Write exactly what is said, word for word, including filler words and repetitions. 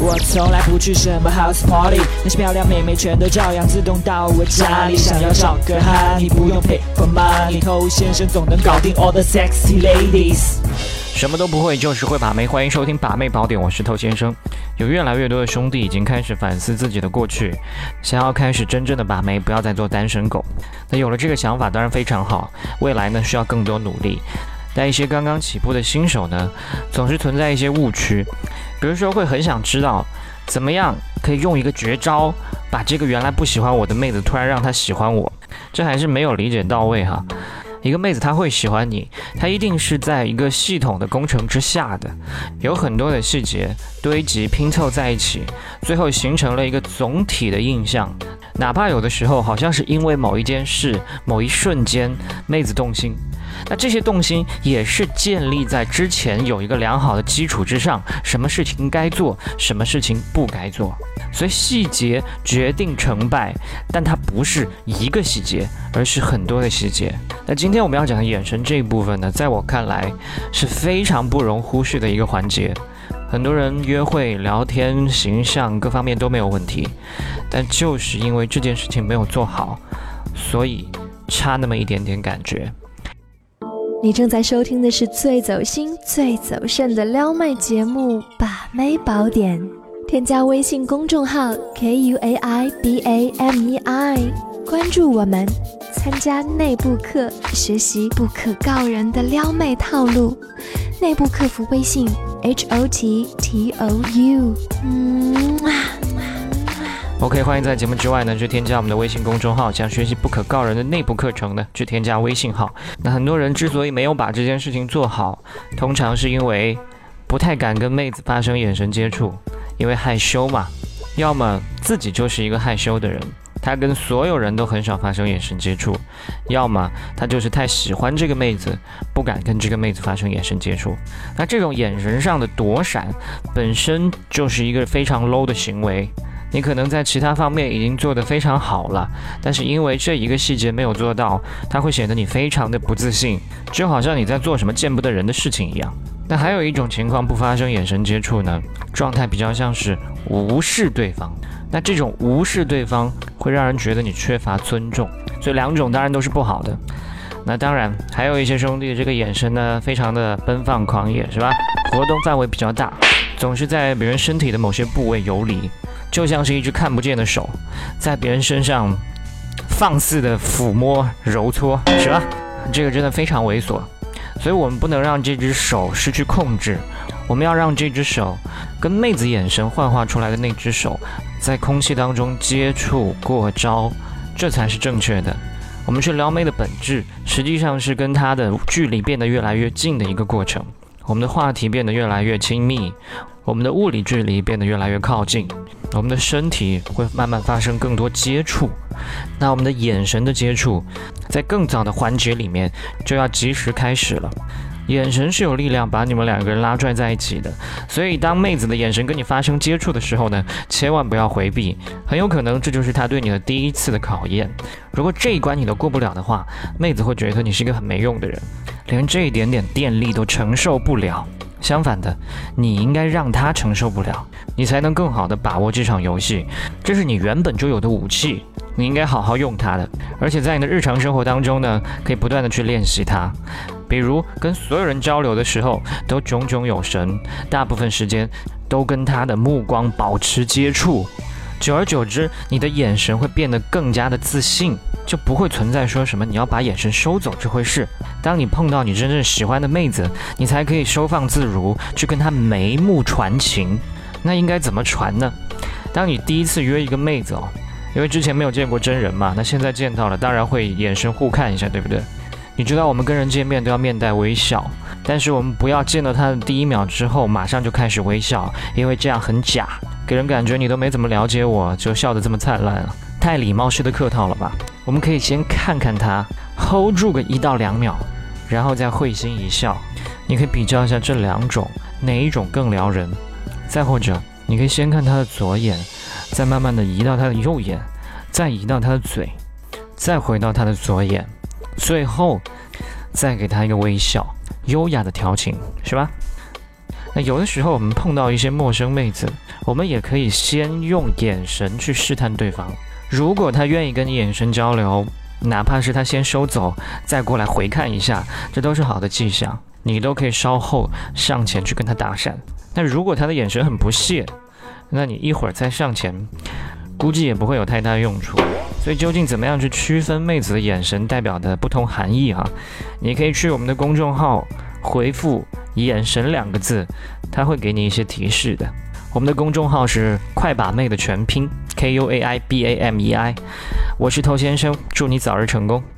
我从来不去什么 house party， 那些漂亮妹妹全都照样自动到我家里。想要找个哈，你不用 pay for money， 偷先生总能搞定 all the sexy ladies。 什么都不会，就是会把妹。欢迎收听把妹宝典，我是透先生。有越来越多的兄弟已经开始反思自己的过去，想要开始真正的把妹，不要再做单身狗。那有了这个想法当然非常好，未来呢需要更多努力。但一些刚刚起步的新手呢，总是存在一些误区，比如说会很想知道怎么样可以用一个绝招把这个原来不喜欢我的妹子突然让她喜欢我，这还是没有理解到位哈。一个妹子她会喜欢你，她一定是在一个系统的工程之下的，有很多的细节堆积拼凑在一起，最后形成了一个总体的印象。哪怕有的时候好像是因为某一件事某一瞬间妹子动心，那这些动心也是建立在之前有一个良好的基础之上，什么事情该做，什么事情不该做。所以细节决定成败，但它不是一个细节，而是很多的细节。那今天我们要讲的眼神这一部分呢，在我看来是非常不容忽视的一个环节。很多人约会、聊天、形象各方面都没有问题，但就是因为这件事情没有做好，所以差那么一点点感觉。 你正在收听的是最走心、最走肾的撩妹节目《把妹宝典》，添加微信公众号 K U A I B A M E I， 关注我们，参加内部课，学习不可告人的撩妹套路。内部客服微信 H O T T O U。 嗯 OK， 欢迎在节目之外呢去添加我们的微信公众号，想学习不可告人的内部课程呢去添加微信号。那很多人之所以没有把这件事情做好，通常是因为不太敢跟妹子发生眼神接触，因为害羞嘛，要么自己就是一个害羞的人，他跟所有人都很少发生眼神接触，要么他就是太喜欢这个妹子，不敢跟这个妹子发生眼神接触。那这种眼神上的躲闪本身就是一个非常 low 的行为，你可能在其他方面已经做得非常好了，但是因为这一个细节没有做到，它会显得你非常的不自信，就好像你在做什么见不得人的事情一样。那还有一种情况不发生眼神接触呢，状态比较像是无视对方。那这种无视对方会让人觉得你缺乏尊重，所以两种当然都是不好的。那当然还有一些兄弟这个眼神呢非常的奔放狂野，是吧？活动范围比较大，总是在别人身体的某些部位游离，就像是一只看不见的手在别人身上放肆的抚摸揉搓，是吧？这个真的非常猥琐，所以我们不能让这只手失去控制，我们要让这只手跟妹子眼神幻化出来的那只手在空气当中接触过招，这才是正确的。我们去撩妹的本质实际上是跟她的距离变得越来越近的一个过程，我们的话题变得越来越亲密，我们的物理距离变得越来越靠近，我们的身体会慢慢发生更多接触。那我们的眼神的接触在更早的环节里面就要及时开始了。眼神是有力量把你们两个人拉拽在一起的，所以当妹子的眼神跟你发生接触的时候呢，千万不要回避，很有可能这就是她对你的第一次的考验。如果这一关你都过不了的话，妹子会觉得你是一个很没用的人，连这一点点电力都承受不了。相反的，你应该让她承受不了，你才能更好的把握这场游戏，这是你原本就有的武器，你应该好好用它的。而且在你的日常生活当中呢，可以不断的去练习它，比如跟所有人交流的时候都炯炯有神，大部分时间都跟他的目光保持接触，久而久之你的眼神会变得更加的自信，就不会存在说什么你要把眼神收走这回事。当你碰到你真正喜欢的妹子，你才可以收放自如去跟她眉目传情。那应该怎么传呢？当你第一次约一个妹子哦，因为之前没有见过真人嘛，那现在见到了当然会眼神互看一下，对不对？你知道我们跟人见面都要面带微笑，但是我们不要见到他的第一秒之后马上就开始微笑，因为这样很假，给人感觉你都没怎么了解我就笑得这么灿烂了，太礼貌式的客套了吧。我们可以先看看他 hold 住个一到两秒，然后再会心一笑。你可以比较一下这两种哪一种更撩人，再或者你可以先看他的左眼，再慢慢的移到他的右眼，再移到他的嘴，再回到他的左眼，最后再给他一个微笑，优雅的调情，是吧？那有的时候我们碰到一些陌生妹子， 我们也可以先用眼神去试探对方，如果他愿意跟你眼神交流，哪怕是他先收走再过来回看一下，这都是好的迹象，你都可以稍后上前去跟他搭讪。那如果他的眼神很不屑，那你一会儿再上前估计也不会有太大用处。所以究竟怎么样去区分妹子的眼神代表的不同含义啊？你可以去我们的公众号回复眼神两个字，它会给你一些提示的。我们的公众号是快把妹的全拼 K U A I B A M E I， 我是头先生，祝你早日成功。